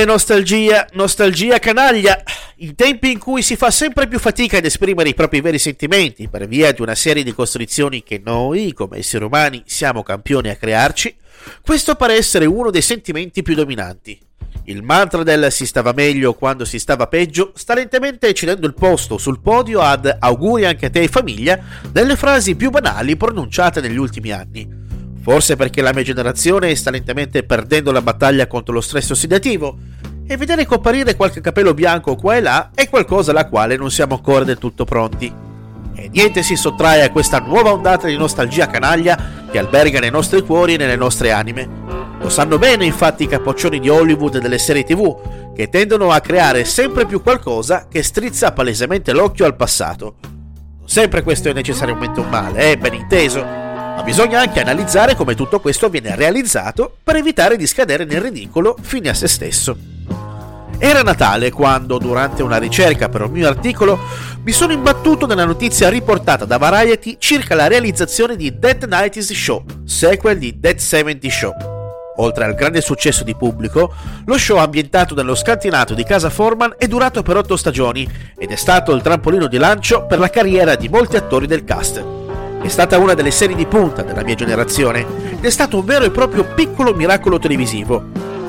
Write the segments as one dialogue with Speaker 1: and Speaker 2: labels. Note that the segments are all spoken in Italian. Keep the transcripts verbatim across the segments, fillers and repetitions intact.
Speaker 1: Eh, nostalgia, nostalgia canaglia. I tempi in cui si fa sempre più fatica ad esprimere i propri veri sentimenti per via di una serie di costrizioni che noi, come esseri umani, siamo campioni a crearci, questo pare essere uno dei sentimenti più dominanti. Il mantra del si stava meglio quando si stava peggio sta lentamente cedendo il posto sul podio ad auguri anche a te e famiglia delle frasi più banali pronunciate negli ultimi anni. Forse perché la mia generazione sta lentamente perdendo la battaglia contro lo stress ossidativo e vedere comparire qualche capello bianco qua e là è qualcosa alla quale non siamo ancora del tutto pronti. E niente si sottrae a questa nuova ondata di nostalgia canaglia che alberga nei nostri cuori e nelle nostre anime. Lo sanno bene infatti i capoccioni di Hollywood e delle serie tv, che tendono a creare sempre più qualcosa che strizza palesemente l'occhio al passato. Non sempre questo è necessariamente un male, eh, ben inteso, ma bisogna anche analizzare come tutto questo viene realizzato per evitare di scadere nel ridicolo fine a se stesso. Era Natale quando, durante una ricerca per un mio articolo, mi sono imbattuto nella notizia riportata da Variety circa la realizzazione di Dead nineties Show, sequel di Dead seventies Show. Oltre al grande successo di pubblico, lo show ambientato nello scantinato di casa Foreman è durato per otto stagioni ed è stato il trampolino di lancio per la carriera di molti attori del cast. È stata una delle serie di punta della mia generazione ed è stato un vero e proprio piccolo miracolo televisivo.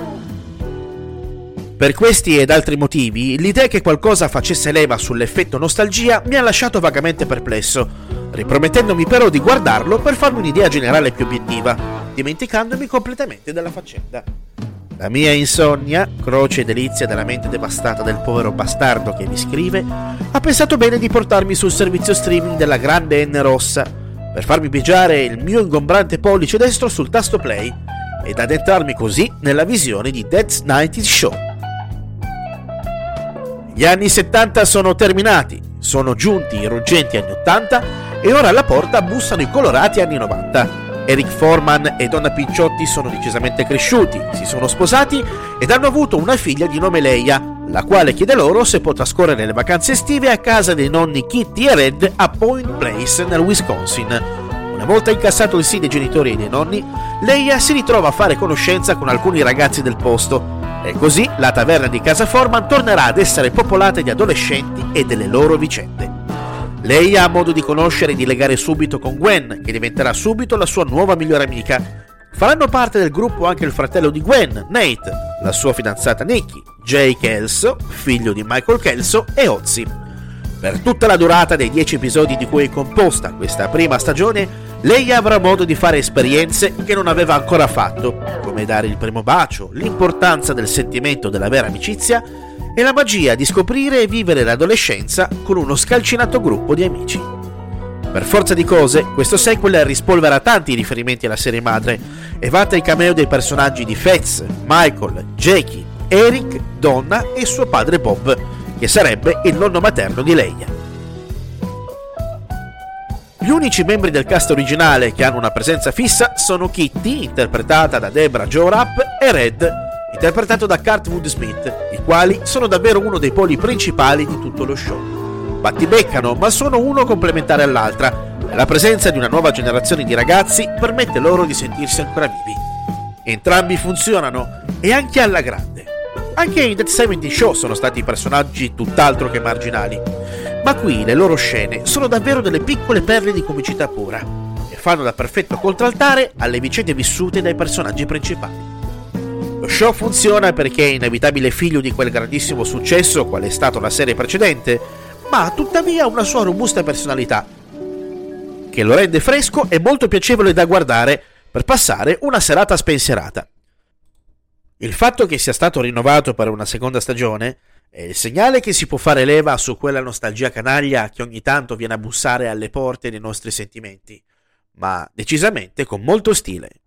Speaker 1: Per questi ed altri motivi, l'idea che qualcosa facesse leva sull'effetto nostalgia mi ha lasciato vagamente perplesso, ripromettendomi però di guardarlo per farmi un'idea generale più obiettiva, dimenticandomi completamente della faccenda. La mia insonnia, croce e delizia della mente devastata del povero bastardo che mi scrive, ha pensato bene di portarmi sul servizio streaming della grande N rossa, per farmi pigiare il mio ingombrante pollice destro sul tasto play ed addentrarmi così nella visione di Dead nineties Show. Gli anni settanta sono terminati, sono giunti i ruggenti anni ottanta e ora alla porta bussano i colorati anni novanta. Eric Foreman e Donna Picciotti sono decisamente cresciuti, si sono sposati ed hanno avuto una figlia di nome Leia, la quale chiede loro se può trascorrere le vacanze estive a casa dei nonni Kitty e Red a Point Place nel Wisconsin. Una volta incassato il sì dei genitori e dei nonni, Leia si ritrova a fare conoscenza con alcuni ragazzi del posto e così la taverna di casa Foreman tornerà ad essere popolata di adolescenti e delle loro vicende. Lei ha modo di conoscere e di legare subito con Gwen, che diventerà subito la sua nuova migliore amica. Faranno parte del gruppo anche il fratello di Gwen, Nate, la sua fidanzata Nikki, Jay Kelso, figlio di Michael Kelso, e Ozzy. Per tutta la durata dei dieci episodi di cui è composta questa prima stagione, lei avrà modo di fare esperienze che non aveva ancora fatto, come dare il primo bacio, l'importanza del sentimento della vera amicizia e la magia di scoprire e vivere l'adolescenza con uno scalcinato gruppo di amici. Per forza di cose, questo sequel rispolvera tanti riferimenti alla serie madre e vanta i cameo dei personaggi di Fez, Michael, Jackie, Eric, Donna e suo padre Bob, che sarebbe il nonno materno di Leia. Gli unici membri del cast originale che hanno una presenza fissa sono Kitty, interpretata da Deborah Jo Rapp, e Red, interpretato da Kurtwood Smith, i quali sono davvero uno dei poli principali di tutto lo show. Battibeccano, ma sono uno complementare all'altra, e la presenza di una nuova generazione di ragazzi permette loro di sentirsi ancora vivi. Entrambi funzionano, e anche alla grande. Anche in Dead seventies Show sono stati personaggi tutt'altro che marginali, ma qui le loro scene sono davvero delle piccole perle di comicità pura, e fanno da perfetto contraltare alle vicende vissute dai personaggi principali. Lo show funziona perché è inevitabile figlio di quel grandissimo successo qual è stato la serie precedente, ma ha tuttavia una sua robusta personalità, che lo rende fresco e molto piacevole da guardare per passare una serata spensierata. Il fatto che sia stato rinnovato per una seconda stagione è il segnale che si può fare leva su quella nostalgia canaglia che ogni tanto viene a bussare alle porte dei nostri sentimenti, ma decisamente con molto stile.